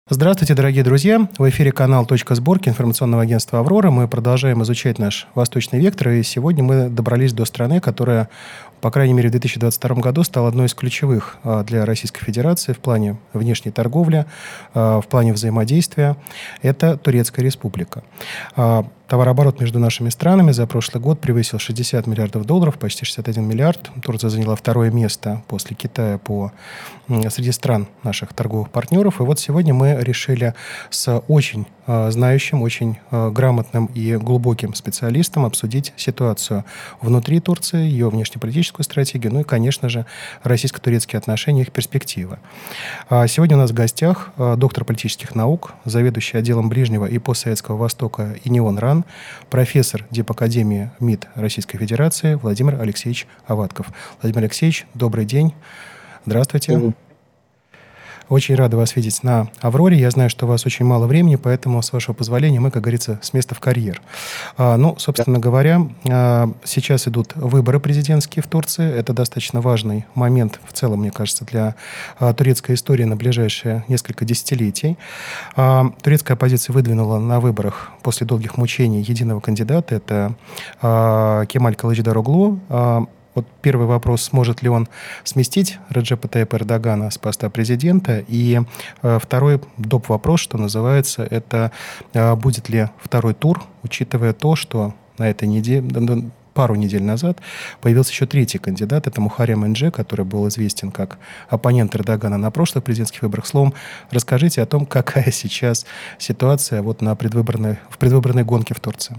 Здравствуйте, дорогие друзья! В эфире канал «Точка сборки» информационного агентства «Аврора». Мы продолжаем изучать наш восточный вектор, и сегодня мы добрались до страны, которая, по крайней мере, в 2022 году стала одной из ключевых для Российской Федерации в плане внешней торговли, в плане взаимодействия. Это Турецкая Республика. Товарооборот между нашими странами за прошлый год превысил 60 миллиардов долларов, почти 61 миллиард. Турция заняла второе место после Китая среди стран наших торговых партнеров. И вот сегодня мы решили с очень знающим, очень грамотным и глубоким специалистом обсудить ситуацию внутри Турции, ее внешнеполитическую стратегию, ну и, конечно же, российско-турецкие отношения, их перспективы. Сегодня у нас в гостях доктор политических наук, заведующий отделом Ближнего и постсоветского Востока ИНИОН РАН, профессор Дипакадемии МИД Российской Федерации Владимир Алексеевич Аватков. Владимир Алексеевич, добрый день. Здравствуйте. Очень рада вас видеть на «Авроре». Я знаю, что у вас очень мало времени, поэтому, с вашего позволения, мы, как говорится, с места в карьер. Собственно говоря, сейчас идут выборы президентские в Турции. Это достаточно важный момент, в целом, мне кажется, для турецкой истории на ближайшие несколько десятилетий. Турецкая оппозиция выдвинула на выборах после долгих мучений единого кандидата. Это Кемаль Кылычдароглу. Вот первый вопрос: сможет ли он сместить Реджепа Тайипа Эрдогана с поста президента? И второй доп. Вопрос, что называется, это будет ли второй тур, учитывая то, что на этой неделе, пару недель назад появился еще третий кандидат, это Мухаррем Инже, который был известен как оппонент Эрдогана на прошлых президентских выборах. Словом, расскажите о том, какая сейчас ситуация в предвыборной гонке в Турции.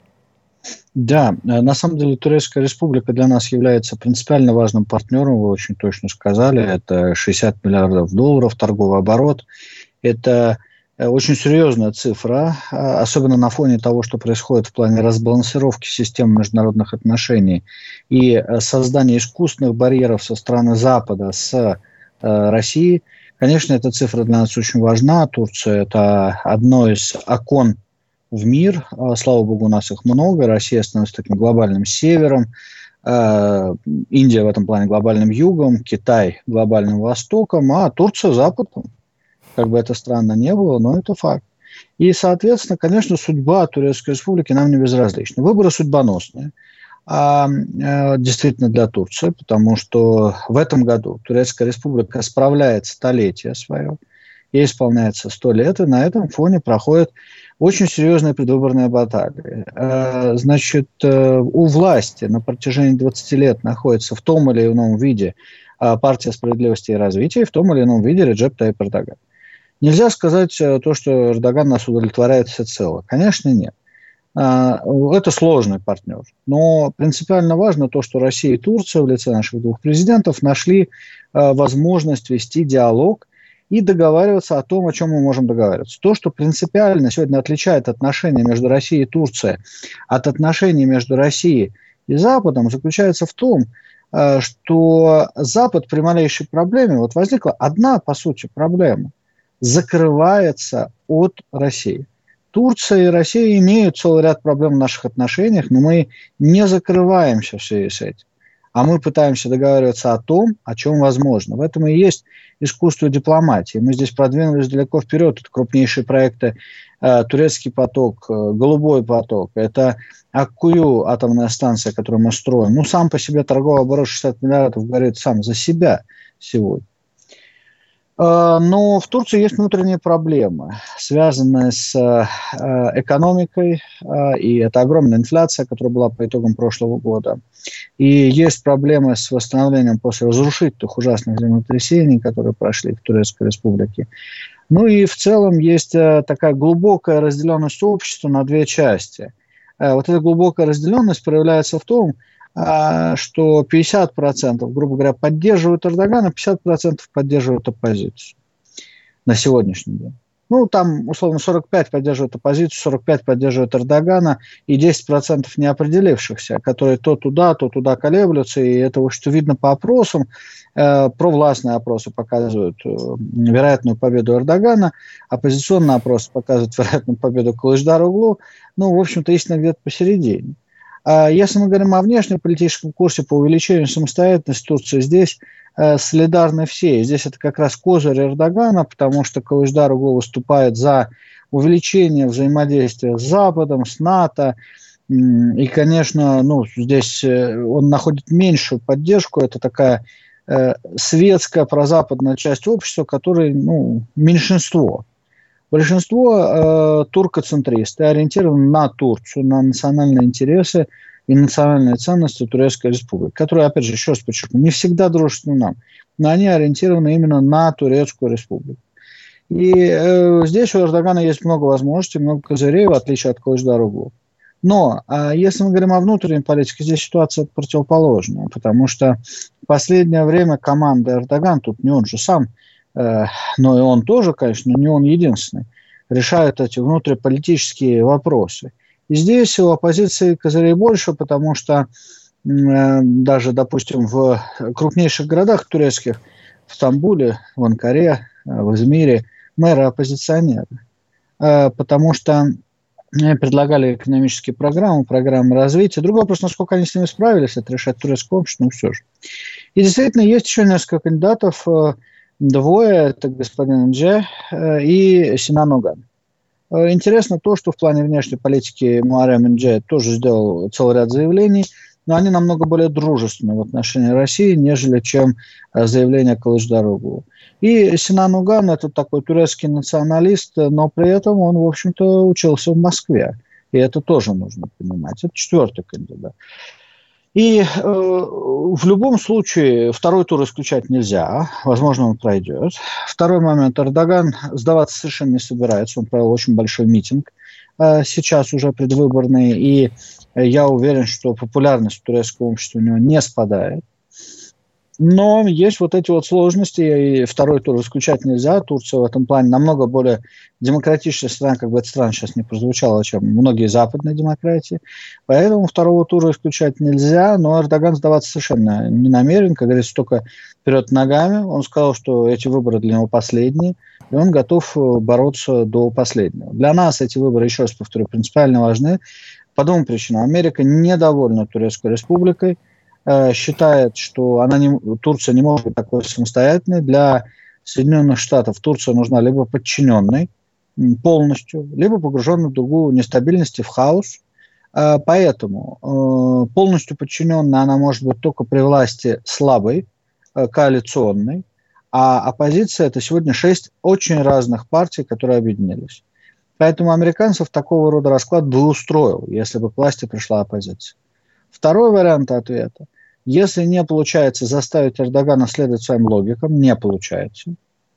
Да, на самом деле Турецкая Республика для нас является принципиально важным партнером, вы очень точно сказали, это 60 миллиардов долларов торговый оборот, это очень серьезная цифра, особенно на фоне того, что происходит в плане разбалансировки системы международных отношений и создания искусственных барьеров со стороны Запада с Россией. Конечно, эта цифра для нас очень важна. Турция – это одно из окон в мир. Слава богу, у нас их много. Россия становится таким глобальным севером, Индия в этом плане глобальным югом, Китай глобальным востоком, а Турция западом. Как бы это странно не было, но это факт. И, соответственно, конечно, судьба Турецкой Республики нам не безразлична. Выборы судьбоносные, действительно, для Турции, потому что в этом году Турецкая Республика справляет столетие свое, ей исполняется 100 лет, и на этом фоне проходит очень серьезные предвыборные баталии. Значит, у власти на протяжении 20 лет находится в том или ином виде партия справедливости и развития, и в том или ином виде Реджеп Тайип Эрдоган. Нельзя сказать то, что Эрдоган нас удовлетворяет всецело. Конечно, нет. Это сложный партнер. Но принципиально важно то, что Россия и Турция в лице наших двух президентов нашли возможность вести диалог и договариваться о том, о чем мы можем договариваться. То, что принципиально сегодня отличает отношения между Россией и Турцией от отношений между Россией и Западом, заключается в том, что Запад при малейшей проблеме, вот возникла одна, по сути, проблема, закрывается от России. Турция и Россия имеют целый ряд проблем в наших отношениях, но мы не закрываемся в связи с этим. А мы пытаемся договариваться о том, о чем возможно. В этом и есть искусство дипломатии. Мы здесь продвинулись далеко вперед. Это крупнейшие проекты «Турецкий поток», «Голубой поток». Это Аккую, атомная станция, которую мы строим. Ну, сам по себе торговый оборот 60 миллиардов говорит сам за себя сегодня. Но в Турции есть внутренние проблемы, связанные с экономикой, и это огромная инфляция, которая была по итогам прошлого года. И есть проблемы с восстановлением после разрушительных ужасных землетрясений, которые прошли в Турецкой Республике. Ну и в целом есть такая глубокая разделенность общества на две части. Вот эта глубокая разделенность проявляется в том, что 50%, грубо говоря, поддерживают Эрдогана, 50% поддерживают оппозицию на сегодняшний день. Ну, там, условно, 45 поддерживают оппозицию, 45 поддерживают Эрдогана, и 10% неопределившихся, которые то туда колеблются, и это, что видно по опросам, провластные опросы показывают вероятную победу Эрдогана, оппозиционные опросы показывают вероятную победу Кылычдароглу, ну, в общем-то, истина где-то посередине. Если мы говорим о внешнеполитическом курсе по увеличению самостоятельности Турции, здесь солидарны все. И здесь это как раз козырь Эрдогана, потому что Кылычдароглу выступает за увеличение взаимодействия с Западом, с НАТО. И, конечно, здесь он находит меньшую поддержку. Это такая светская прозападная часть общества, которой меньшинство. Большинство туркоцентристы, ориентированы на Турцию, на национальные интересы и национальные ценности Турецкой Республики, которые, опять же, еще раз подчеркну, не всегда дружественны нам, но они ориентированы именно на Турецкую Республику. И здесь у Эрдогана есть много возможностей, много козырей, в отличие от Кылычдароглу. Но если мы говорим о внутренней политике, здесь ситуация противоположная, потому что в последнее время команда Эрдоган, тут не он же сам, но и он тоже, конечно, не он единственный, решает эти внутриполитические вопросы. И здесь у оппозиции козырей больше, потому что даже, допустим, в крупнейших городах турецких, в Стамбуле, в Анкаре, в Измире, мэры оппозиционеры. Потому что предлагали экономические программы развития. Другой вопрос, насколько они с ними справились, это решает турецкое общество, но все же. И действительно, есть еще несколько кандидатов. Двое, это господин Ндже и Синан Оган. Интересно то, что в плане внешней политики Муаррем Ндже тоже сделал целый ряд заявлений, но они намного более дружественны в отношении России, нежели чем заявление Кылычдароглу. И Синан Оган – это такой турецкий националист, но при этом он, в общем-то, учился в Москве. И это тоже нужно понимать. Это четвертый кандидат. И в любом случае второй тур исключать нельзя. Возможно, он пройдет. Второй момент. Эрдоган сдаваться совершенно не собирается. Он провел очень большой митинг. Сейчас уже предвыборный. И я уверен, что популярность турецкого общества у него не спадает. Но есть вот эти вот сложности, и второй тур исключать нельзя. Турция в этом плане намного более демократичная страна, как бы эта страна сейчас не прозвучала, чем многие западные демократии. Поэтому второго тура исключать нельзя, но Эрдоган сдаваться совершенно не намерен, как говорится, только вперед ногами. Он сказал, что эти выборы для него последние, и он готов бороться до последнего. Для нас эти выборы, еще раз повторю, принципиально важны. По двум причинам. Америка недовольна Турецкой Республикой, считает, что Турция не может быть такой самостоятельной. Для Соединенных Штатов Турция нужна либо подчиненной полностью, либо погруженной в другую нестабильность и в хаос. Поэтому полностью подчиненной она может быть только при власти слабой, коалиционной. А оппозиция – это сегодня 6 очень разных партий, которые объединились. Поэтому американцев такого рода расклад бы устроил, если бы к власти пришла оппозиция. Второй вариант ответа. Если не получается заставить Эрдогана следовать своим логикам, не получается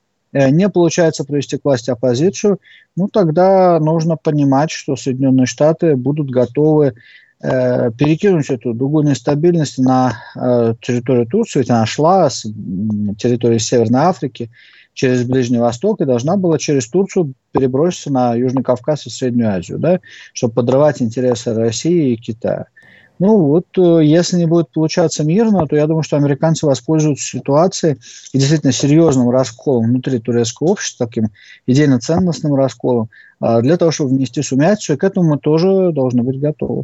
привести к власти оппозицию, тогда нужно понимать, что Соединенные Штаты будут готовы перекинуть эту дугу нестабильности на территорию Турции, ведь она шла с территории Северной Африки через Ближний Восток и должна была через Турцию переброситься на Южный Кавказ и Среднюю Азию, чтобы подрывать интересы России и Китая. Если не будет получаться мирно, то я думаю, что американцы воспользуются ситуацией и действительно серьезным расколом внутри турецкого общества, таким идейно-ценностным расколом, для того, чтобы внести сумятицу, и к этому мы тоже должны быть готовы.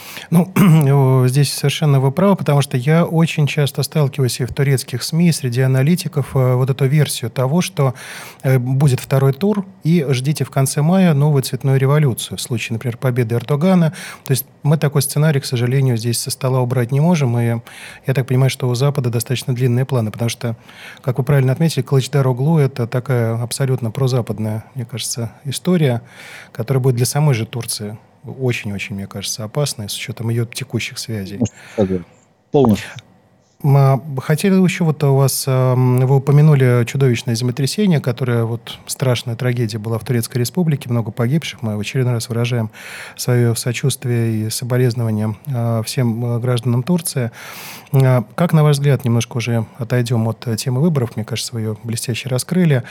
Здесь совершенно вы правы, потому что я очень часто сталкиваюсь и в турецких СМИ, среди аналитиков, вот эту версию того, что будет второй тур, и ждите в конце мая новую цветную революцию, в случае, например, победы Эрдогана. То есть мы такой сценарий, к сожалению, здесь со стола убрать не можем, и я так понимаю, что у Запада достаточно длинные планы, потому что, как вы правильно отметили, Кылычдароглу – это такая абсолютно прозападная, мне кажется, история, которая будет для самой же Турции очень-очень, мне кажется, опасной с учетом ее текущих связей. Полностью. Хотели еще у вас, вы упомянули чудовищное землетрясение, которое страшная трагедия была в Турецкой Республике, много погибших. Мы в очередной раз выражаем свое сочувствие и соболезнования всем гражданам Турции. Как, на ваш взгляд, немножко уже отойдем от темы выборов, мне кажется, вы ее блестяще раскрыли.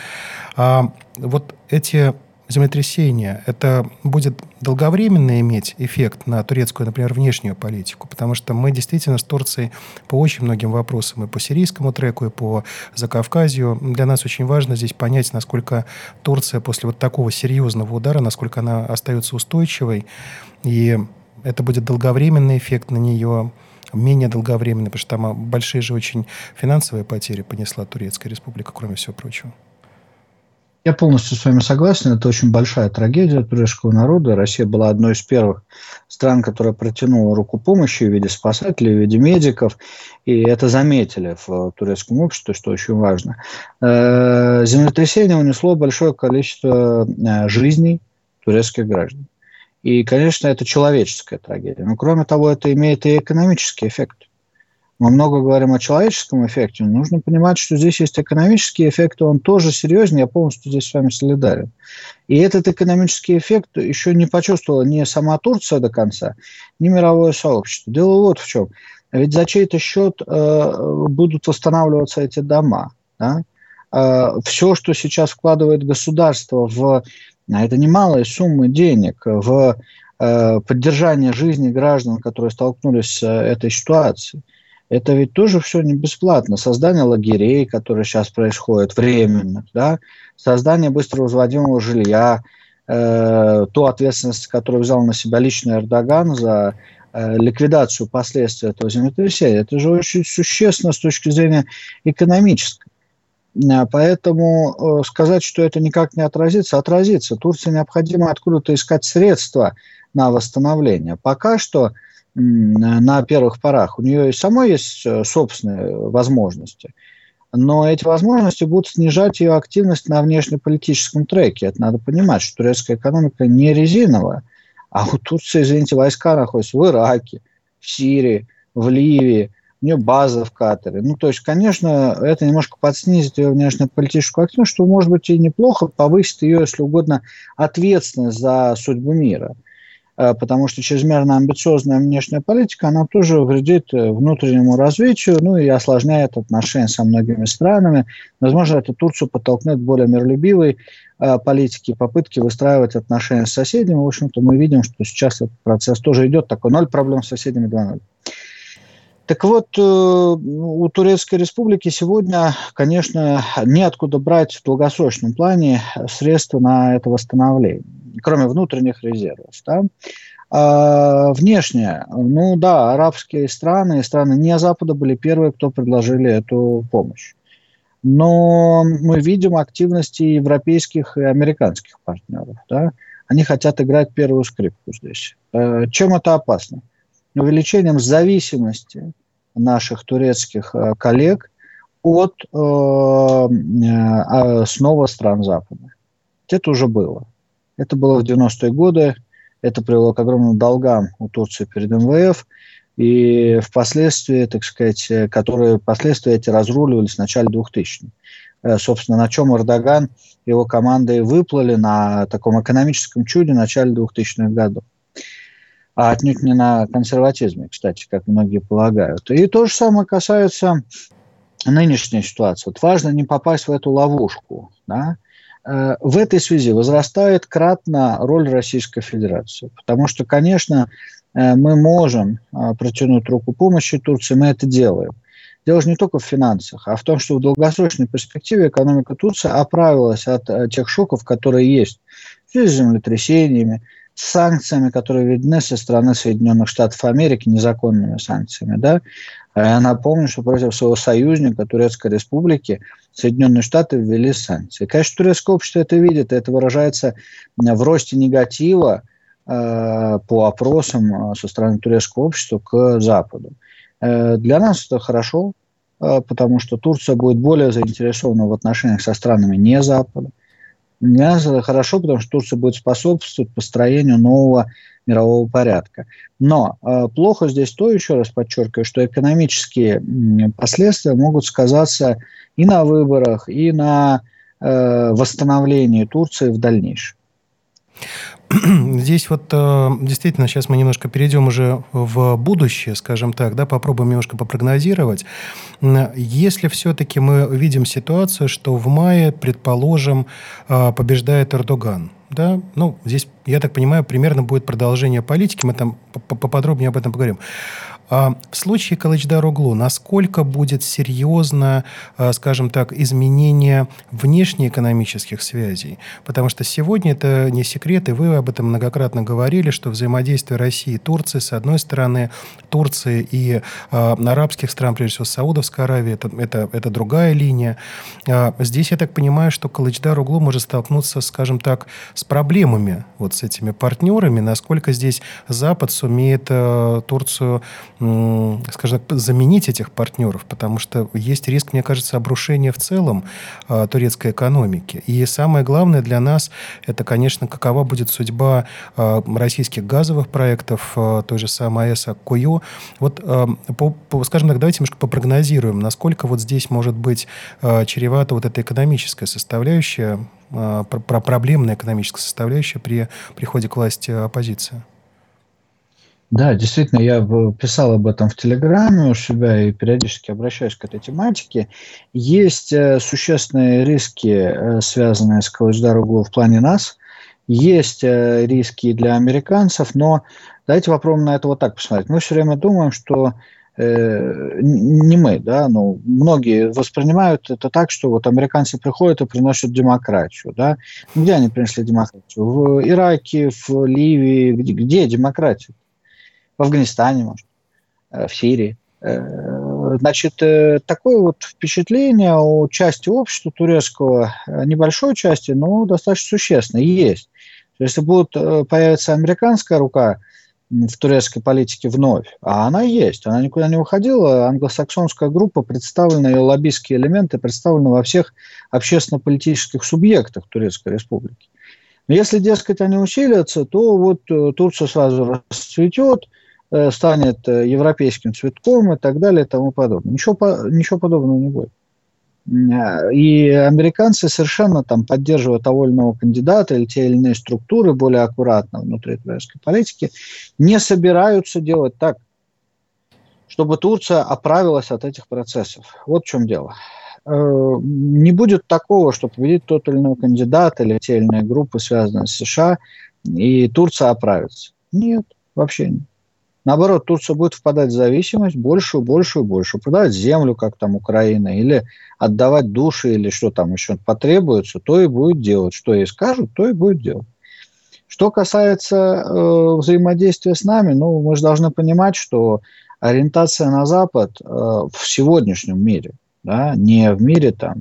Эти землетрясение, это будет долговременно иметь эффект на турецкую, например, внешнюю политику, потому что мы действительно с Турцией по очень многим вопросам, и по сирийскому треку, и по Закавказью. Для нас очень важно здесь понять, насколько Турция после такого серьезного удара, насколько она остается устойчивой, и это будет долговременный эффект на нее, менее долговременный, потому что там большие же очень финансовые потери понесла Турецкая Республика, кроме всего прочего. Я полностью с вами согласен. Это очень большая трагедия турецкого народа. Россия была одной из первых стран, которая протянула руку помощи в виде спасателей, в виде медиков. И это заметили в турецком обществе, что очень важно. Землетрясение унесло большое количество жизней турецких граждан. И, конечно, это человеческая трагедия. Но, кроме того, это имеет и экономический эффект. Мы много говорим о человеческом эффекте, но нужно понимать, что здесь есть экономический эффект, и он тоже серьезный, я полностью здесь с вами солидарен. И этот экономический эффект еще не почувствовала ни сама Турция до конца, ни мировое сообщество. Дело вот в чем. Ведь за чей-то счет будут восстанавливаться эти дома. Да? Все, что сейчас вкладывает государство это немалые суммы денег, в поддержание жизни граждан, которые столкнулись с этой ситуацией. Это ведь тоже все не бесплатно. Создание лагерей, которые сейчас происходят, временных, да? Создание быстро возводимого жилья, ту ответственность, которую взял на себя лично Эрдоган за ликвидацию последствий этого землетрясения. Это же очень существенно с точки зрения экономической. Поэтому сказать, что это никак не отразится, отразится. Турции необходимо откуда-то искать средства на восстановление. Пока что на первых порах у нее и самой есть собственные возможности, но эти возможности будут снижать ее активность на внешнеполитическом треке. Это надо понимать, что турецкая экономика не резиновая, а у Турции, извините, войска находятся в Ираке, в Сирии, в Ливии, у нее база в Катаре. То есть, конечно, это немножко подснизит ее внешнеполитическую активность, что, может быть, и неплохо, повысит ее, если угодно, ответственность за судьбу мира. Потому что чрезмерно амбициозная внешняя политика, она тоже вредит внутреннему развитию, и осложняет отношения со многими странами. Возможно, это Турцию подтолкнет к более миролюбивой политике, попытке выстраивать отношения с соседями. В общем-то, мы видим, что сейчас этот процесс тоже идет, такой 0 проблем с соседями, 2-0. Так вот, у Турецкой Республики сегодня, конечно, неоткуда брать в долгосрочном плане средства на это восстановление, кроме внутренних резервов. Да? Внешне, арабские страны и страны не Запада были первые, кто предложили эту помощь. Но мы видим активности европейских и американских партнеров. Да? Они хотят играть первую скрипку здесь. Чем это опасно? Увеличением зависимости наших турецких коллег от снова стран Запада. Это уже было. Это было в 90-е годы, это привело к огромным долгам у Турции перед МВФ, и впоследствии, последствия эти разруливались в начале 2000-х. Собственно, на чем Эрдоган и его команда и выплыли на таком экономическом чуде в начале 2000-х годов. А отнюдь не на консерватизме, кстати, как многие полагают. И то же самое касается нынешней ситуации. Вот важно не попасть в эту ловушку. Да? В этой связи возрастает кратно роль Российской Федерации. Потому что, конечно, мы можем протянуть руку помощи Турции, мы это делаем. Дело же не только в финансах, а в том, что в долгосрочной перспективе экономика Турции оправилась от тех шоков, которые есть в связи с землетрясениями, с санкциями, которые введены со стороны Соединенных Штатов Америки, незаконными санкциями. Да? Я напомню, что против своего союзника Турецкой Республики Соединенные Штаты ввели санкции. Конечно, турецкое общество это видит, и это выражается в росте негатива по опросам со стороны турецкого общества к Западу. Для нас это хорошо, потому что Турция будет более заинтересована в отношениях со странами не Запада. Для нас это хорошо, потому что Турция будет способствовать построению нового мирового порядка. Но плохо здесь то, еще раз подчеркиваю, что экономические последствия могут сказаться и на выборах, и на восстановлении Турции в дальнейшем. Здесь вот действительно сейчас мы немножко перейдем уже в будущее, скажем так, да, попробуем немножко попрогнозировать. Если все-таки мы видим ситуацию, что в мае, предположим, побеждает Эрдоган, да, здесь, я так понимаю, примерно будет продолжение политики, мы там поподробнее об этом поговорим. В случае Кылычдар-Оглу, насколько будет серьезно, скажем так, изменение внешнеэкономических связей? Потому что сегодня это не секрет, и вы об этом многократно говорили, что взаимодействие России и Турции, с одной стороны, Турции и арабских стран, прежде всего Саудовской Аравии, это другая линия. Здесь я так понимаю, что Кылычдар-Оглу может столкнуться, скажем так, с проблемами вот с этими партнерами, насколько здесь Запад сумеет Турцию, скажем так, заменить этих партнеров, потому что есть риск, мне кажется, обрушения в целом турецкой экономики. И самое главное для нас, это, конечно, какова будет судьба российских газовых проектов, той же самой АЭС Аккую. Вот, скажем так, давайте немножко попрогнозируем, насколько вот здесь может быть чревата вот эта экономическая составляющая, проблемная экономическая составляющая при приходе к власти оппозиции. Да, действительно, я писал об этом в Телеграме у себя и периодически обращаюсь к этой тематике. Есть существенные риски, связанные с Кылычдар-Оглу в плане нас. Есть риски для американцев, но давайте попробуем на это вот так посмотреть. Мы все время думаем, что не мы, да, но многие воспринимают это так, что вот американцы приходят и приносят демократию, да. Где они принесли демократию? В Ираке, в Ливии, где демократия? В Афганистане, может, в Сирии. Значит, такое вот впечатление у части общества турецкого, небольшой части, но достаточно существенное, есть. Если появится американская рука в турецкой политике вновь, а она есть, она никуда не уходила, англосаксонская группа представлена, и лоббистские элементы представлены во всех общественно-политических субъектах Турецкой Республики. Но если, дескать, они усилятся, то вот Турция сразу расцветет, станет европейским цветком и так далее и тому подобное. Ничего подобного не будет. И американцы совершенно там, поддерживая того или иного кандидата или те или иные структуры более аккуратно внутри турецкой политики, не собираются делать так, чтобы Турция оправилась от этих процессов. Вот в чем дело. Не будет такого, что победит тот или иной кандидат или те или иные группы, связанные с США, и Турция оправится. Нет, вообще нет. Наоборот, Турция будет впадать в зависимость большую, большую, большую. Продавать землю, как там Украина, или отдавать души, или что там еще потребуется, то и будет делать. Что ей скажут, то и будет делать. Что касается взаимодействия с нами, ну, мы же должны понимать, что ориентация на Запад в сегодняшнем мире, да, не в мире там,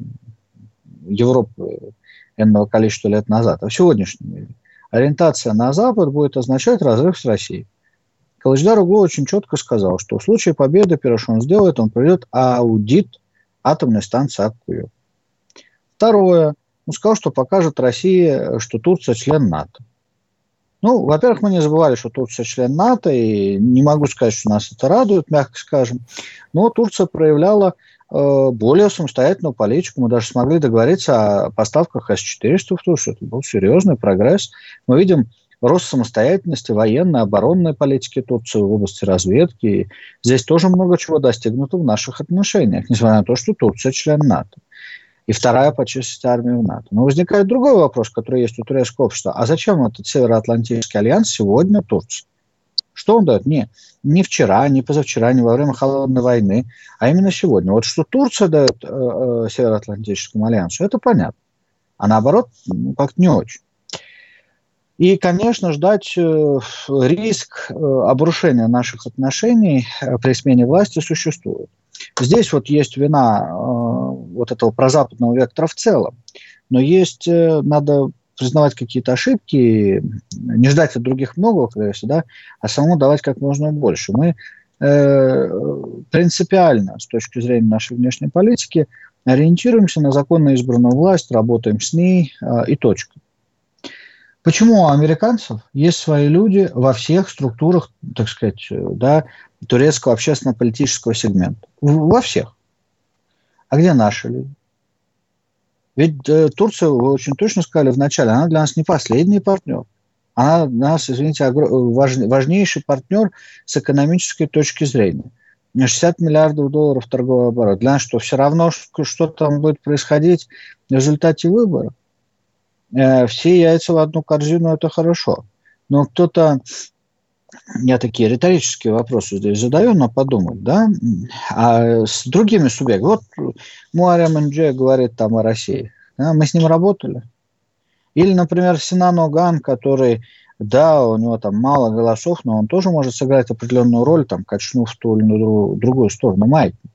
Европы энного количества лет назад, а в сегодняшнем мире, ориентация на Запад будет означать разрыв с Россией. Кылычдар-Оглу очень четко сказал, что в случае победы, первое, что он сделает, он проведет аудит атомной станции Аккую. Второе, он сказал, что покажет России, что Турция член НАТО. Ну, во-первых, мы не забывали, что Турция член НАТО, и не могу сказать, что нас это радует, мягко скажем, но Турция проявляла более самостоятельную политику. Мы даже смогли договориться о поставках С-400 в Турцию. Это был серьезный прогресс. Мы видим рост самостоятельности военной, оборонной политики Турции в области разведки. И здесь тоже много чего достигнуто в наших отношениях, несмотря на то, что Турция член НАТО. И вторая по численности армии в НАТО. Но возникает другой вопрос, который есть у турецкого общества. А зачем этот Североатлантический альянс сегодня Турции? Что он дает? Не вчера, не позавчера, не во время Холодной войны, а именно сегодня. Вот что Турция дает Североатлантическому альянсу, это понятно. А наоборот, как-то не очень. И, конечно, ждать риск обрушения наших отношений при смене власти существует. Здесь вот есть вина вот этого прозападного вектора в целом, но есть, надо признавать какие-то ошибки, не ждать от других многого, конечно, да, а самому давать как можно больше. Мы принципиально с точки зрения нашей внешней политики ориентируемся на законно избранную власть, работаем с ней и точка. Почему у американцев есть свои люди во всех структурах, так сказать, да, турецкого общественно-политического сегмента? Во всех. А где наши люди? Ведь Турция, вы очень точно сказали вначале, она для нас не последний партнер. Она для нас, извините, важнейший партнер с экономической точки зрения. 60 миллиардов долларов торговый оборот. Для нас что, все равно, что там будет происходить в результате выборов? Все яйца в одну корзину – это хорошо. Но кто-то я такие риторические вопросы здесь задаю, но подумать, да, а с другими субъектами. Вот Муарем Инже говорит там о России. Да, мы с ним работали. Или, например, Синан Оган, который, да, у него там мало голосов, но он тоже может сыграть определенную роль, там, качнув в ту или другую сторону, маятник.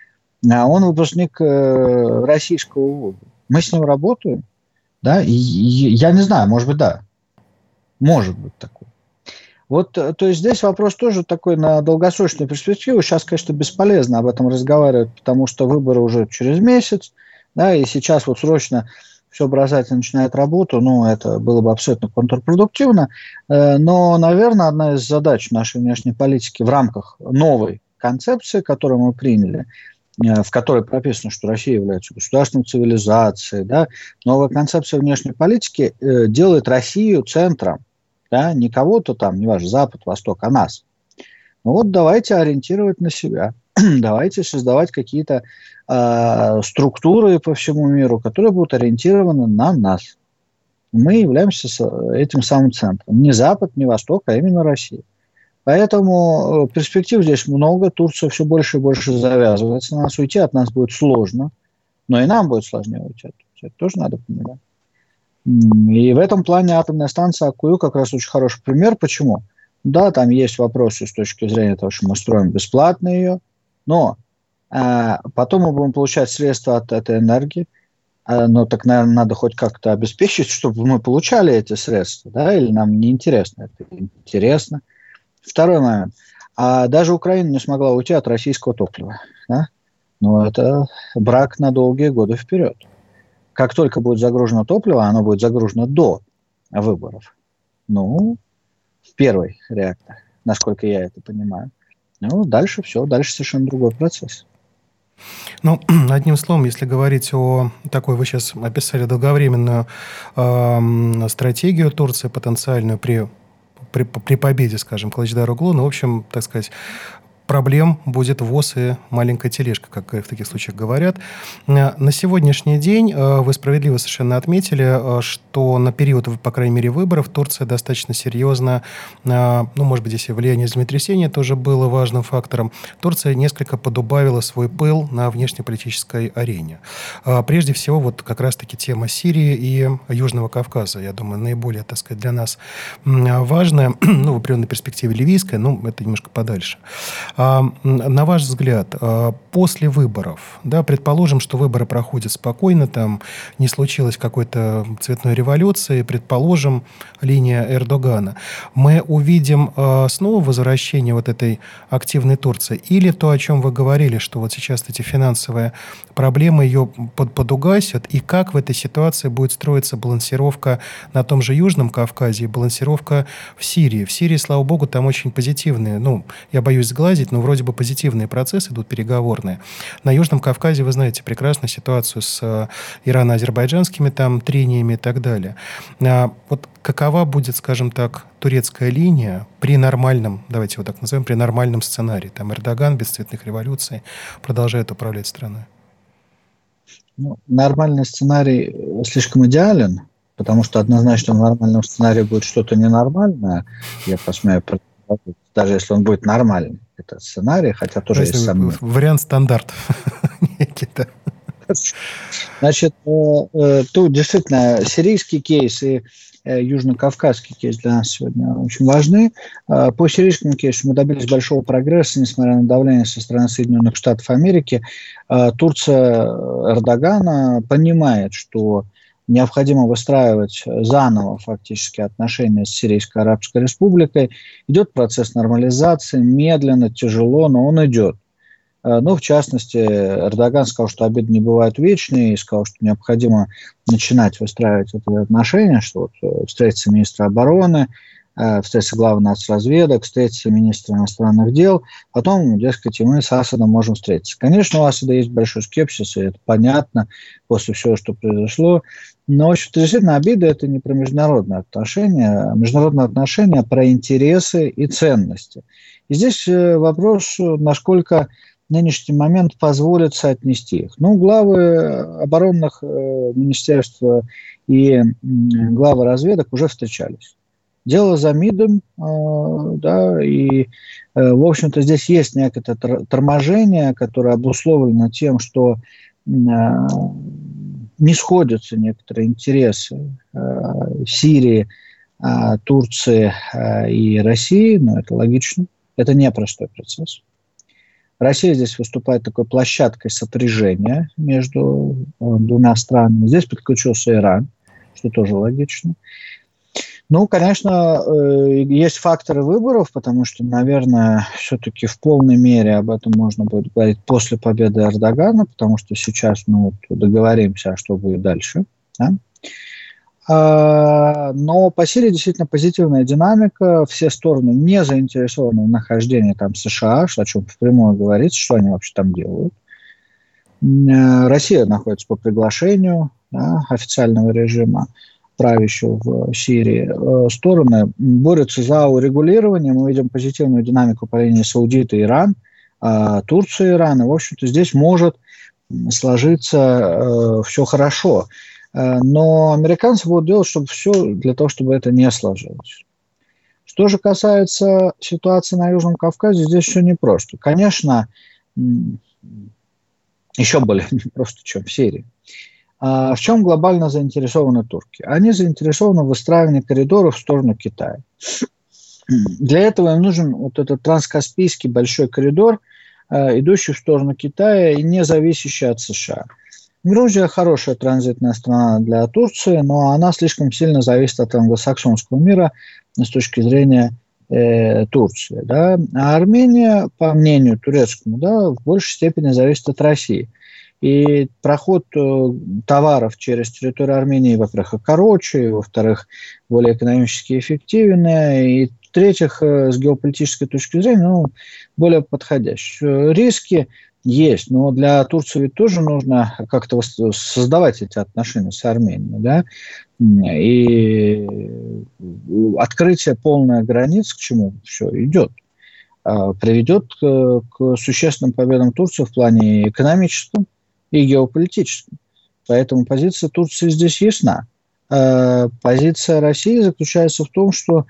А он выпускник российского вуза. Мы с ним работаем, да, и я не знаю, может быть, да, может быть такое. Вот, то есть здесь вопрос тоже такой на долгосрочную перспективу. Сейчас, конечно, бесполезно об этом разговаривать, потому что выборы уже через месяц, да, и сейчас вот срочно все бросать и начинает работу, ну, это было бы абсолютно контрпродуктивно. Но, наверное, одна из задач нашей внешней политики в рамках новой концепции, которую мы приняли, в которой прописано, что Россия является государственной цивилизацией, да, новая концепция внешней политики делает Россию центром, да, не кого-то там, не важно, Запад, Восток, а нас. Ну вот давайте ориентировать на себя, давайте создавать какие-то структуры по всему миру, которые будут ориентированы на нас. Мы являемся этим самым центром. Не Запад, не Восток, а именно Россия. Поэтому перспектив здесь много. Турция все больше и больше завязывается на нас. Уйти от нас будет сложно, но и нам будет сложнее уйти от Турции. Это тоже надо понимать. И в этом плане атомная станция Аккую как раз очень хороший пример. Почему? Да, там есть вопросы с точки зрения того, что мы строим бесплатно ее, но потом мы будем получать средства от этой энергии. Но так, наверное, надо хоть как-то обеспечить, чтобы мы получали эти средства, да, или нам не интересно? Это интересно. Второй момент. Даже Украина не смогла уйти от российского топлива. Да? Но это брак на долгие годы вперед. Как только будет загружено топливо, оно будет загружено до выборов. Ну, в первый реактор, насколько я это понимаю. Ну, дальше все, дальше совершенно другой процесс. Ну, одним словом, если говорить о такой, вы сейчас описали долговременную стратегию Турции, потенциальную при победе, скажем, Кылычдароглу, ну, в общем, так сказать, проблем будет ВОЗ и маленькая тележка, как в таких случаях говорят. На сегодняшний день вы справедливо совершенно отметили, что на период, по крайней мере, выборов Турция достаточно серьезно, ну, может быть, здесь и влияние землетрясения тоже было важным фактором, Турция несколько подубавила свой пыл на внешнеполитической арене. Прежде всего, вот как раз-таки тема Сирии и Южного Кавказа, я думаю, наиболее, так сказать, для нас важная, ну, в определенной перспективе ливийская, ну, это немножко подальше. На ваш взгляд, после выборов, да, предположим, что выборы проходят спокойно, там не случилось какой-то цветной революции, предположим, линия Эрдогана, мы увидим снова возвращение вот этой активной Турции? Или то, о чем вы говорили, что вот сейчас эти финансовые проблемы ее подугасят, и как в этой ситуации будет строиться балансировка на том же Южном Кавказе и балансировка в Сирии? В Сирии, слава богу, там очень позитивные, ну, я боюсь сглазить, но вроде бы позитивные процессы идут, переговорные. На Южном Кавказе, вы знаете прекрасно ситуацию с ирано-азербайджанскими там трениями и так далее. Вот какова будет, скажем так, турецкая линия при нормальном, давайте его так назовем, при нормальном сценарии? Там Эрдоган без цветных революций продолжает управлять страной. Ну, нормальный сценарий слишком идеален, потому что однозначно в нормальном сценарии будет что-то ненормальное. Я посмею предположить, даже если он будет нормальный. Это сценарий, хотя тоже есть сомнения. Вариант стандарт. Значит, тут действительно сирийский кейс и южно-кавказский кейс для нас сегодня очень важны. По сирийскому кейсу мы добились большого прогресса, несмотря на давление со стороны Соединенных Штатов Америки. Турция Эрдогана понимает, что необходимо выстраивать заново фактически отношения с Сирийской Арабской Республикой. Идет процесс нормализации, медленно, тяжело, но он идет. Ну, в частности, Эрдоган сказал, что обиды не бывают вечные, и сказал, что необходимо начинать выстраивать эти отношения, что вот встретится министр обороны, встретится глава нацразведок, встретится министр иностранных дел, потом, дескать, и мы с Асадом можем встретиться. Конечно, у Асада есть большой скепсис, и это понятно после всего, что произошло, но, в общем-то, действительно, обида – это не про международные отношения про интересы и ценности. И здесь вопрос, насколько нынешний момент позволит соотнести их. Ну, главы оборонных министерств и главы разведок уже встречались. Дело за МИДом, да, и, в общем-то, здесь есть некое торможение, которое обусловлено тем, что не сходятся некоторые интересы Сирии, Турции и России, но это логично. Это непростой процесс. Россия здесь выступает такой площадкой сопряжения между двумя странами. Здесь подключился Иран, что тоже логично. Ну, конечно, есть факторы выборов, потому что, наверное, все-таки в полной мере об этом можно будет говорить после победы Эрдогана, потому что сейчас мы договоримся, что будет дальше. Да? Но по Сирии действительно позитивная динамика, все стороны не заинтересованы в нахождении там США, о чем впрямую говорится, что они вообще там делают. Россия находится по приглашению, да, официального режима, правящего в Сирии. Стороны борются за урегулирование. Мы видим позитивную динамику по линии Саудита и Иран, Турция и Иран. И, в общем-то, здесь может сложиться все хорошо. Но американцы будут делать все для того, чтобы это не сложилось. Что же касается ситуации на Южном Кавказе, здесь все непросто. Конечно, еще более непросто, чем в Сирии. В чем глобально заинтересованы турки? Они заинтересованы в выстраивании коридоров в сторону Китая. Для этого им нужен вот этот транскаспийский большой коридор, идущий в сторону Китая и не зависящий от США. Грузия хорошая транзитная страна для Турции, но она слишком сильно зависит от англосаксонского мира с точки зрения Турции. Да? А Армения, по мнению турецкому, да, в большей степени зависит от России. И проход товаров через территорию Армении, во-первых, короче, и, во-вторых, более экономически эффективнее, и в-третьих, с геополитической точки зрения, более подходящий. Риски есть, но для Турции ведь тоже нужно как-то создавать эти отношения с Арменией, да, и открытие полной границ, к чему все идет, приведет к существенным победам Турции в плане экономическом и геополитическом. Поэтому позиция Турции здесь ясна. Позиция России заключается в том, что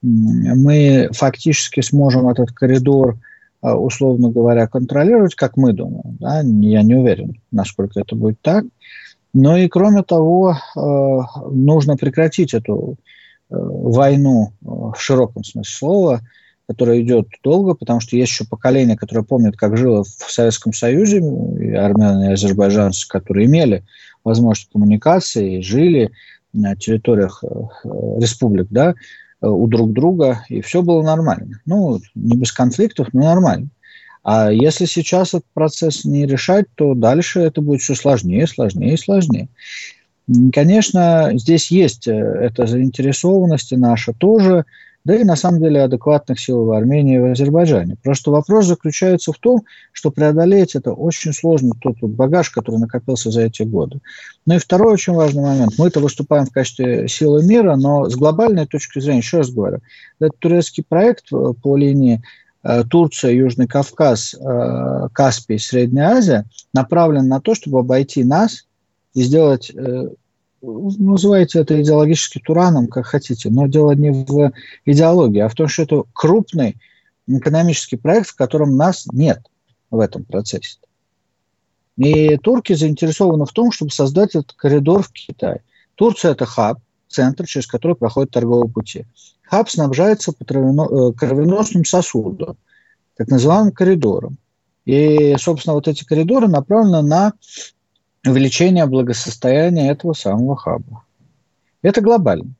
мы фактически сможем этот коридор, условно говоря, контролировать, как мы думаем. Да? Я не уверен, насколько это будет так. Но и кроме того, нужно прекратить эту войну в широком смысле слова, которая идет долго, потому что есть еще поколение, которое помнит, как жило в Советском Союзе, и армяне, и азербайджанцы, которые имели возможность коммуникации и жили на территориях республик, да, у друг друга, и все было нормально. Не без конфликтов, но нормально. А если сейчас этот процесс не решать, то дальше это будет все сложнее, сложнее и сложнее. Конечно, здесь есть эта заинтересованность и наша тоже, да и на самом деле адекватных сил в Армении и в Азербайджане. Просто вопрос заключается в том, что преодолеть это очень сложно, тот багаж, который накопился за эти годы. Ну и второй очень важный момент. Мы-то выступаем в качестве силы мира, но с глобальной точки зрения, еще раз говорю, этот турецкий проект по линии Турция, Южный Кавказ, Каспий, Средняя Азия направлен на то, чтобы обойти нас и сделать... называйте это идеологически тураном, как хотите, но дело не в идеологии, а в том, что это крупный экономический проект, в котором нас нет в этом процессе. И турки заинтересованы в том, чтобы создать этот коридор в Китай. Турция – это хаб, центр, через который проходят торговые пути. Хаб снабжается по кровеносным сосудам, так называемым коридором. И, собственно, вот эти коридоры направлены на увеличение благосостояния этого самого хаба. Это глобально.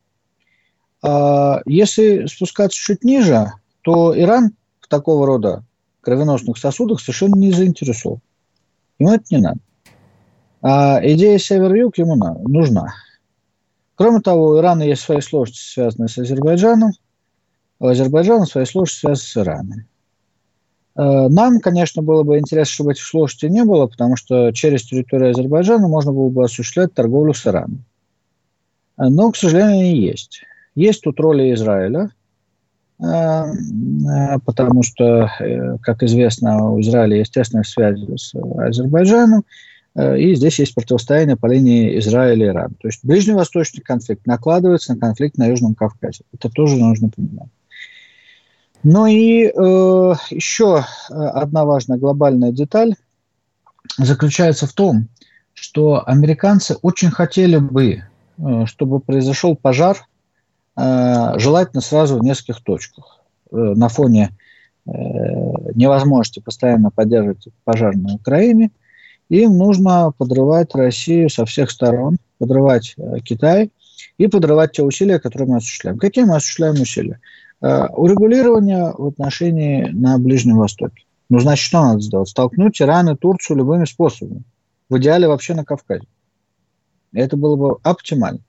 Если спускаться чуть ниже, то Иран в такого рода кровеносных сосудах совершенно не заинтересован. Ему это не надо. А идея север-юг ему нужна. Кроме того, у Ирана есть свои сложности, связанные с Азербайджаном, у Азербайджана свои сложности, связанные с Ираном. Нам, конечно, было бы интересно, чтобы этих сложностей не было, потому что через территорию Азербайджана можно было бы осуществлять торговлю с Ираном. Но, к сожалению, они есть. Есть тут роли Израиля, потому что, как известно, у Израиля есть тесные связи с Азербайджаном. И здесь есть противостояние по линии Израиля и Ирана. То есть ближневосточный конфликт накладывается на конфликт на Южном Кавказе. Это тоже нужно понимать. Ну и еще одна важная глобальная деталь заключается в том, что американцы очень хотели бы, чтобы произошел пожар, желательно сразу в нескольких точках. На фоне невозможности постоянно поддерживать пожар на Украине, им нужно подрывать Россию со всех сторон, подрывать Китай и подрывать те усилия, которые мы осуществляем. Какие мы осуществляем усилия? Урегулирование в отношении на Ближнем Востоке. Ну, значит, что надо сделать? Столкнуть Иран и Турцию любыми способами. В идеале вообще на Кавказе. Это было бы оптимально.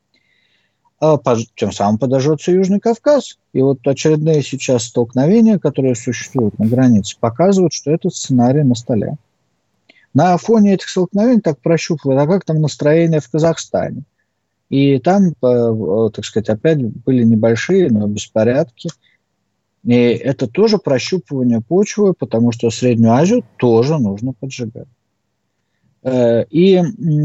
Тем самым подожжется Южный Кавказ. И вот очередные сейчас столкновения, которые существуют на границе, показывают, что этот сценарий на столе. На фоне этих столкновений так прощупывают, а как там настроение в Казахстане. И там, так сказать, опять были небольшие, но беспорядки. И это тоже прощупывание почвы, потому что Среднюю Азию тоже нужно поджигать. И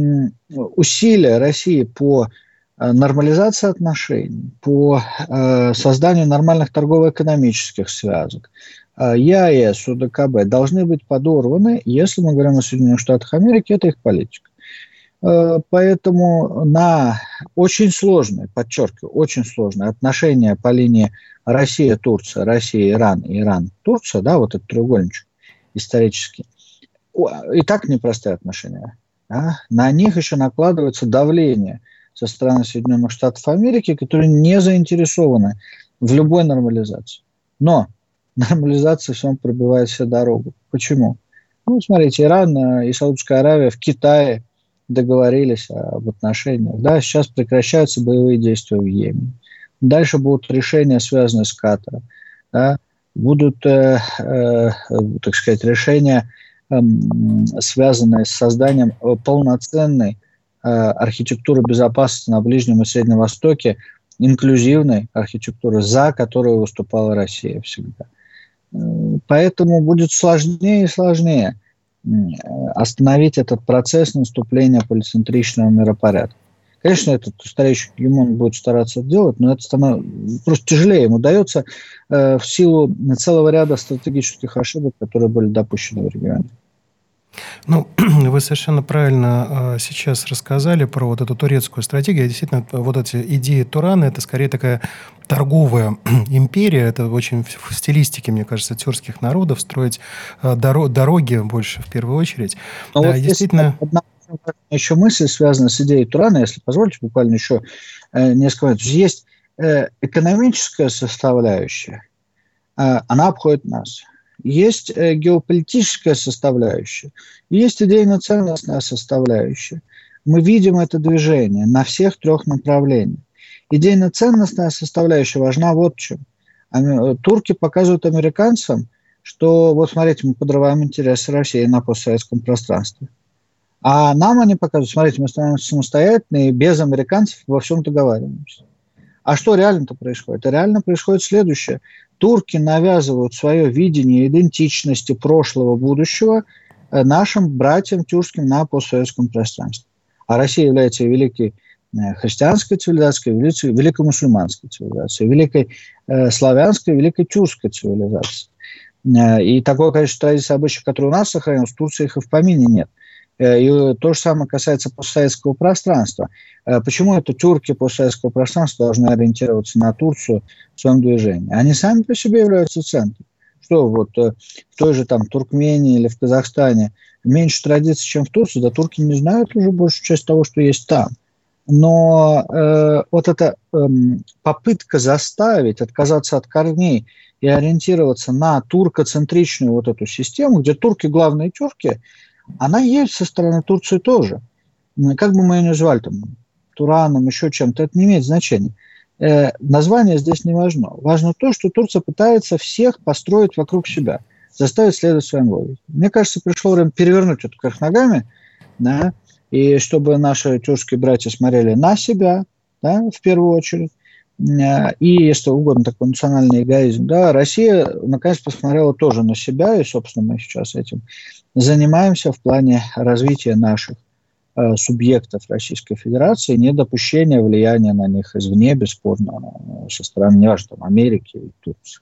усилия России по нормализации отношений, по созданию нормальных торгово-экономических связок, ЕАЭС, УДКБ должны быть подорваны, если мы говорим о Соединенных Штатах Америки, это их политика. Поэтому на очень сложные, подчеркиваю, очень сложные отношения по линии Россия-Турция, Россия-Иран, Иран-Турция, да, вот этот треугольничек исторический, и так непростые отношения. Да? На них еще накладывается давление со стороны Соединенных Штатов Америки, которые не заинтересованы в любой нормализации. Но нормализация всем пробивает себе дорогу. Почему? Ну, смотрите, Иран и Саудовская Аравия в Китае договорились об отношениях. Да, сейчас прекращаются боевые действия в Йемене. Дальше будут решения, связанные с Катаром. Да, будут, так сказать, решения, связанные с созданием полноценной архитектуры безопасности на Ближнем и Среднем Востоке, инклюзивной архитектуры, за которую выступала Россия всегда. Поэтому будет сложнее и сложнее остановить этот процесс наступления полицентричного миропорядка. Конечно, этот старейший Гегемон будет стараться это делать, но это просто тяжелее ему дается в силу целого ряда стратегических ошибок, которые были допущены в регионе. Ну, вы совершенно правильно сейчас рассказали про вот эту турецкую стратегию. Действительно, вот эти идеи Турана – это скорее такая торговая империя. Это очень в стилистике, мне кажется, тюркских народов строить дороги больше в первую очередь. Но да, вот действительно. Одна еще мысль, связанная с идеей Турана, если позволите, буквально еще несколько минут. Есть экономическая составляющая, она обходит нас. Есть геополитическая составляющая, есть идейно-ценностная составляющая. Мы видим это движение на всех трех направлениях. Идейно-ценностная составляющая важна вот в чем. Турки показывают американцам, что вот смотрите, мы подрываем интересы России на постсоветском пространстве. А нам они показывают, смотрите, мы становимся самостоятельны и без американцев во всем договариваемся. А что реально-то происходит? Реально происходит следующее. Турки навязывают свое видение идентичности прошлого, будущего нашим братьям тюркским на постсоветском пространстве. А Россия является великой христианской цивилизацией, великой мусульманской цивилизацией, великой славянской, великой тюркской цивилизацией. И такое количество традиций и обычаев, которые у нас сохранилось, в Турции их и в помине нет. И то же самое касается постсоветского пространства. Почему это тюрки постсоветского пространства должны ориентироваться на Турцию в своем движении? Они сами по себе являются центром. Что вот в той же там Туркмении или в Казахстане меньше традиций, чем в Турции, да турки не знают уже большую часть того, что есть там. Но вот эта попытка заставить отказаться от корней и ориентироваться на туркоцентричную вот эту систему, где турки главные тюрки, она есть со стороны Турции тоже. Как бы мы ее ни звали, там, Тураном, еще чем-то, это не имеет значения. Название здесь не важно. Важно то, что Турция пытается всех построить вокруг себя, заставить следовать своим логикам. Мне кажется, пришло время перевернуть это кверх ногами, да, и чтобы наши тюркские братья смотрели на себя, да, в первую очередь, и, если угодно, такой национальный эгоизм. Да, Россия, наконец, посмотрела тоже на себя, и, собственно, мы сейчас этим занимаемся в плане развития наших субъектов Российской Федерации, недопущения влияния на них извне, бесспорно, со стороны, неважно, там, Америки и Турции.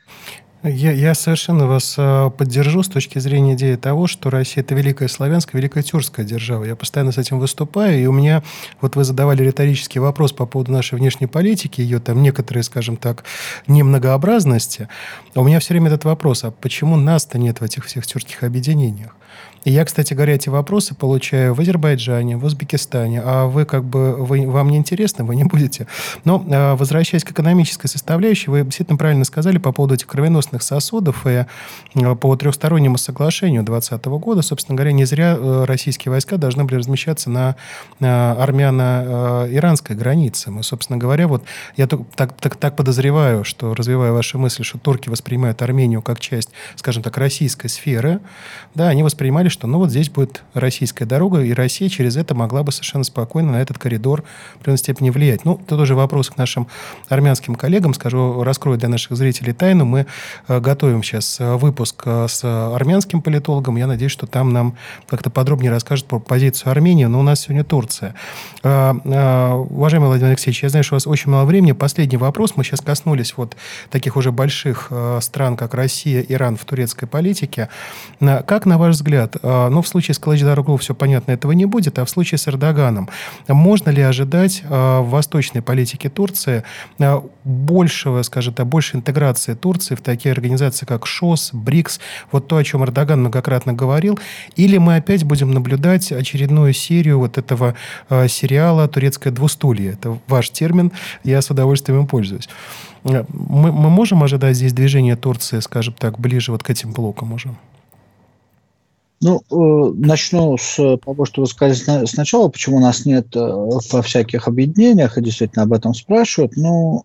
Я совершенно вас поддержу с точки зрения идеи того, что Россия – это великая славянская, великая тюркская держава. Я постоянно с этим выступаю, и у меня, вот вы задавали риторический вопрос по поводу нашей внешней политики, ее там некоторые, скажем так, немногообразности. А у меня все время этот вопрос, а почему нас-то нет в этих всех тюркских объединениях? И я, кстати говоря, эти вопросы получаю в Азербайджане, в Узбекистане, а вы вам не интересно, вы не будете. Но, возвращаясь к экономической составляющей, вы действительно правильно сказали по поводу этих кровеносных сосудов и по трехстороннему соглашению 2020 года, собственно говоря, не зря российские войска должны были размещаться на армяно-иранской границе. Мы, собственно говоря, вот я так подозреваю, что, развивая ваши мысли, что турки воспринимают Армению как часть, скажем так, российской сферы, да, они воспринимали, что ну вот здесь будет российская дорога, и Россия через это могла бы совершенно спокойно на этот коридор в определенной степени влиять. Ну, тут уже вопрос к нашим армянским коллегам. Скажу, раскрою для наших зрителей тайну. Мы готовим сейчас выпуск с армянским политологом. Я надеюсь, что там нам как-то подробнее расскажут про позицию Армении, но у нас сегодня Турция. Уважаемый Владимир Алексеевич, я знаю, что у вас очень мало времени. Последний вопрос. Мы сейчас коснулись вот таких уже больших стран, как Россия, Иран в турецкой политике. Как, на ваш взгляд, ну, в случае с Кылычдароглу все понятно, этого не будет, а в случае с Эрдоганом, можно ли ожидать в восточной политике Турции большего, скажем так, большей интеграции Турции в такие организации, как ШОС, БРИКС, вот то, о чем Эрдоган многократно говорил, или мы опять будем наблюдать очередную серию вот этого сериала «Турецкое двустулье». Это ваш термин, я с удовольствием им пользуюсь. Мы можем ожидать здесь движения Турции, скажем так, ближе вот к этим блокам уже? Ну, начну с того, что вы сказали сначала, почему у нас нет во всяких объединениях, и действительно об этом спрашивают, ну,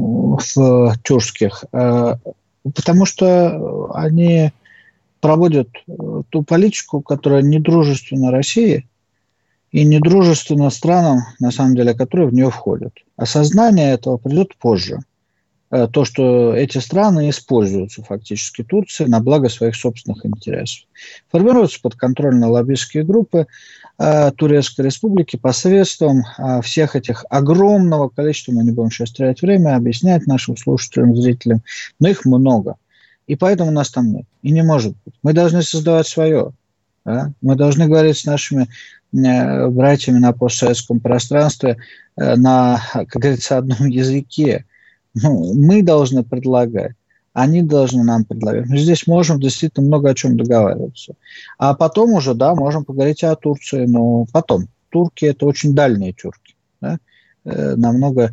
в тюркских, потому что они проводят ту политику, которая недружественна России и недружественна странам, на самом деле, которые в нее входят. Осознание этого придет позже. То, что эти страны используются фактически Турцией на благо своих собственных интересов. Формируются подконтрольные лоббистские группы Турецкой Республики посредством всех этих огромного количества, мы не будем сейчас терять время, объяснять нашим слушателям, зрителям, но их много. И поэтому нас там нет. И не может быть. Мы должны создавать свое. Да? Мы должны говорить с нашими братьями на постсоветском пространстве на, как говорится, одном языке. Ну, мы должны предлагать, они должны нам предлагать. Мы здесь можем действительно много о чем договариваться. А потом уже, да, можем поговорить о Турции, но потом. Турки – это очень дальние тюрки, да? намного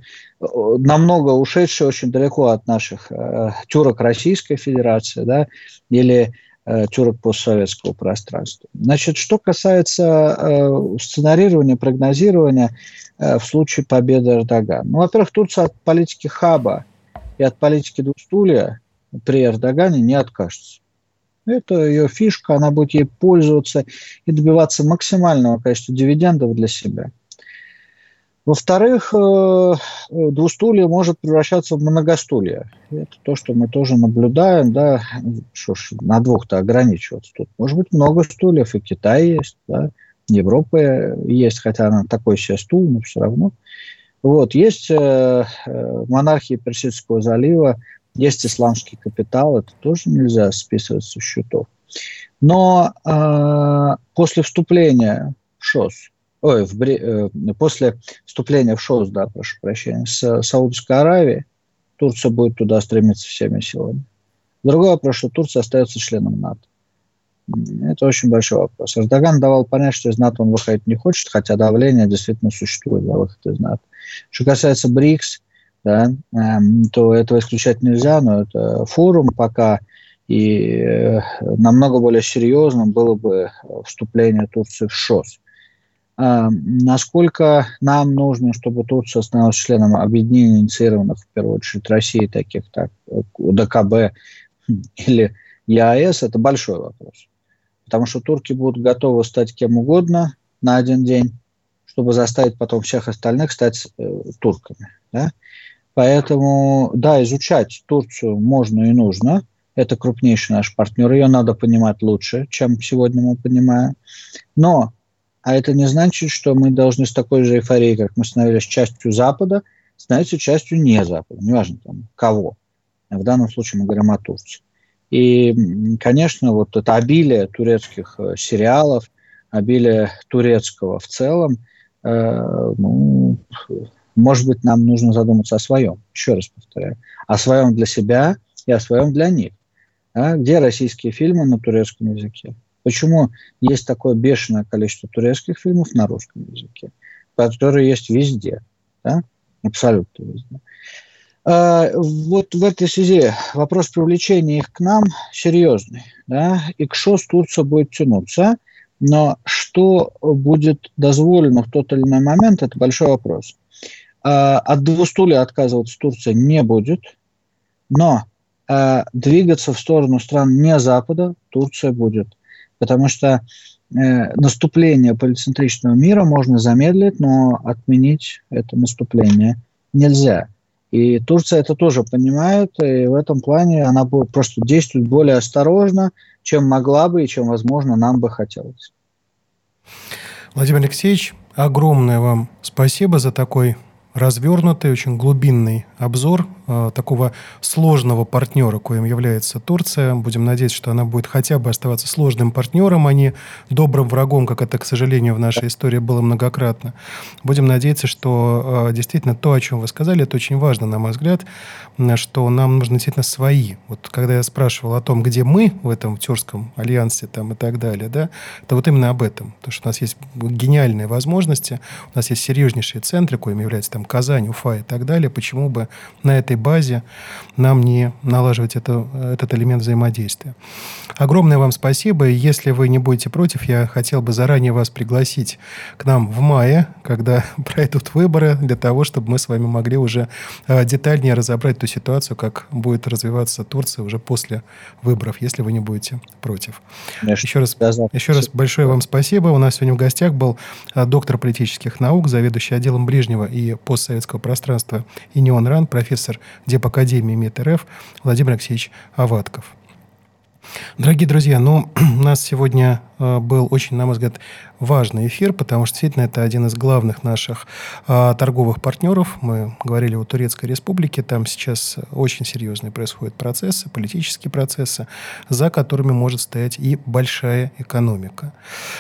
ушедшие очень далеко от наших тюрок Российской Федерации, да, или тюрок постсоветского пространства. Значит, что касается сценарирования, прогнозирования в случае победы Эрдогана. Ну, во-первых, Турция от политики хаба и от политики двустулья при Эрдогане не откажется. Это ее фишка, она будет ей пользоваться и добиваться максимального количества дивидендов для себя. Во-вторых, двустулье может превращаться в многостулье. Это то, что мы тоже наблюдаем. Да. Что ж, на двух-то ограничиваться тут. Может быть, много стульев, и Китай есть, да. Европа есть, хотя она такой себе стул, но все равно. Вот, есть монархии Персидского залива, есть исламский капитал, это тоже нельзя списывать со счетов. Но после вступления в ШОС, после вступления в ШОС, да, прошу прощения, с Саудовской Аравией, Турция будет туда стремиться всеми силами. Другой вопрос, что Турция остается членом НАТО. Это очень большой вопрос. Эрдоган давал понять, что из НАТО он выходить не хочет, хотя давление действительно существует за выход из НАТО. Что касается БРИКС, да, то этого исключать нельзя, но это форум пока, и намного более серьезным было бы вступление Турции в ШОС. Насколько нам нужно, чтобы Турция становилась членом объединений, инициированных в первую очередь Россией, таких как ДКБ или ЕАЭС, это большой вопрос. Потому что турки будут готовы стать кем угодно на один день, чтобы заставить потом всех остальных стать турками. Да? Поэтому, да, изучать Турцию можно и нужно. Это крупнейший наш партнер. Ее надо понимать лучше, чем сегодня мы понимаем. Но, а это не значит, что мы должны с такой же эйфорией, как мы становились частью Запада, становиться частью не Запада. Неважно там кого. В данном случае мы говорим о Турции. И, конечно, вот это обилие турецких сериалов, обилие турецкого в целом, ну, может быть, нам нужно задуматься о своем, еще раз повторяю, о своем для себя и о своем для них. А где российские фильмы на турецком языке? Почему есть такое бешеное количество турецких фильмов на русском языке, которые есть везде, да? Абсолютно везде. Вот в этой связи вопрос привлечения их к нам серьезный. Да? И к ШОС Турция будет тянуться, но что будет дозволено в тот или иной момент, это большой вопрос. От двустулия отказываться Турция не будет, но двигаться в сторону стран не Запада Турция будет. Потому что наступление полицентричного мира можно замедлить, но отменить это наступление нельзя. И Турция это тоже понимает, и в этом плане она будет просто действовать более осторожно, чем могла бы и чем, возможно, нам бы хотелось. Владимир Алексеевич, огромное вам спасибо за такой развернутый, очень глубинный обзор такого сложного партнера, коим является Турция. Будем надеяться, что она будет хотя бы оставаться сложным партнером, а не добрым врагом, как это, к сожалению, в нашей истории было многократно. Будем надеяться, что действительно то, о чем вы сказали, это очень важно, на мой взгляд, что нам нужны действительно свои. Вот когда я спрашивал о том, где мы в этом Тюркском альянсе там, и так далее, да, это вот именно об этом. Потому что у нас есть гениальные возможности, у нас есть серьезнейшие центры, коим являются там Казань, Уфа и так далее. Почему бы на этой базе нам не налаживать этот элемент взаимодействия? Огромное вам спасибо. И если вы не будете против, я хотел бы заранее вас пригласить к нам в мае, когда пройдут выборы, для того, чтобы мы с вами могли уже детальнее разобрать ту ситуацию, как будет развиваться Турция уже после выборов, если вы не будете против. Конечно. Еще раз большое вам спасибо. У нас сегодня в гостях был доктор политических наук, заведующий отделом ближнего и постсоветского пространства ИНИОН РАН, профессор Депакадемии МИД РФ Владимир Алексеевич Аватков. Дорогие друзья, у нас сегодня был очень, на мой взгляд, важный эфир, потому что действительно это один из главных наших торговых партнеров. Мы говорили о Турецкой Республике. Там сейчас очень серьезные происходят процессы, политические процессы, за которыми может стоять и большая экономика.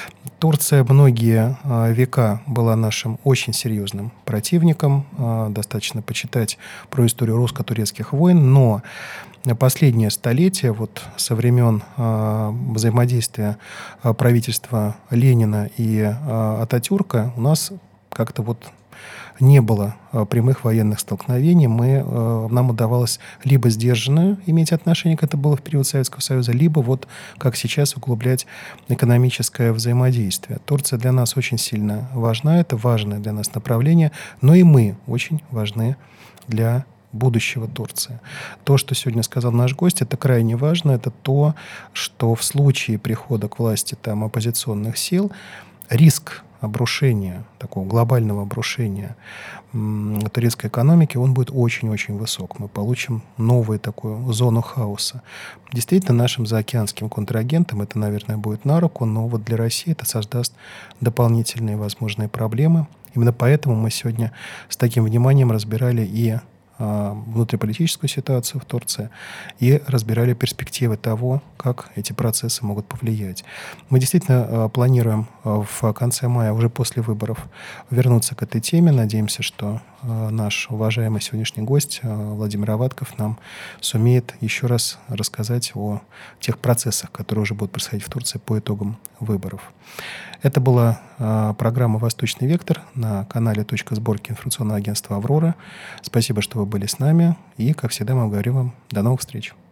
Турция многие века была нашим очень серьезным противником. Достаточно почитать про историю русско-турецких войн, но последнее столетие, вот со времен взаимодействия правительства Ленина и Ататюрка, у нас как-то вот не было прямых военных столкновений. Нам удавалось либо сдержанно иметь отношение, как это было в период Советского Союза, либо вот как сейчас углублять экономическое взаимодействие. Турция для нас очень сильно важна, это важное для нас направление, но и мы очень важны для будущего Турции. То, что сегодня сказал наш гость, это крайне важно. Это то, что в случае прихода к власти там оппозиционных сил риск обрушения, такого глобального обрушения турецкой экономики, он будет очень-очень высок. Мы получим новую такую зону хаоса. Действительно, нашим заокеанским контрагентам это, наверное, будет на руку, но вот для России это создаст дополнительные возможные проблемы. Именно поэтому мы сегодня с таким вниманием разбирали и внутриполитическую ситуацию в Турции и разбирали перспективы того, как эти процессы могут повлиять. Мы действительно планируем в конце мая, уже после выборов, вернуться к этой теме. Надеемся, что наш уважаемый сегодняшний гость Владимир Аватков нам сумеет еще раз рассказать о тех процессах, которые уже будут происходить в Турции по итогам выборов. Это была программа «Восточный вектор» на канале «Точка сборки» информационного агентства «Аврора». Спасибо, что вы были с нами. И, как всегда, мы говорим вам до новых встреч.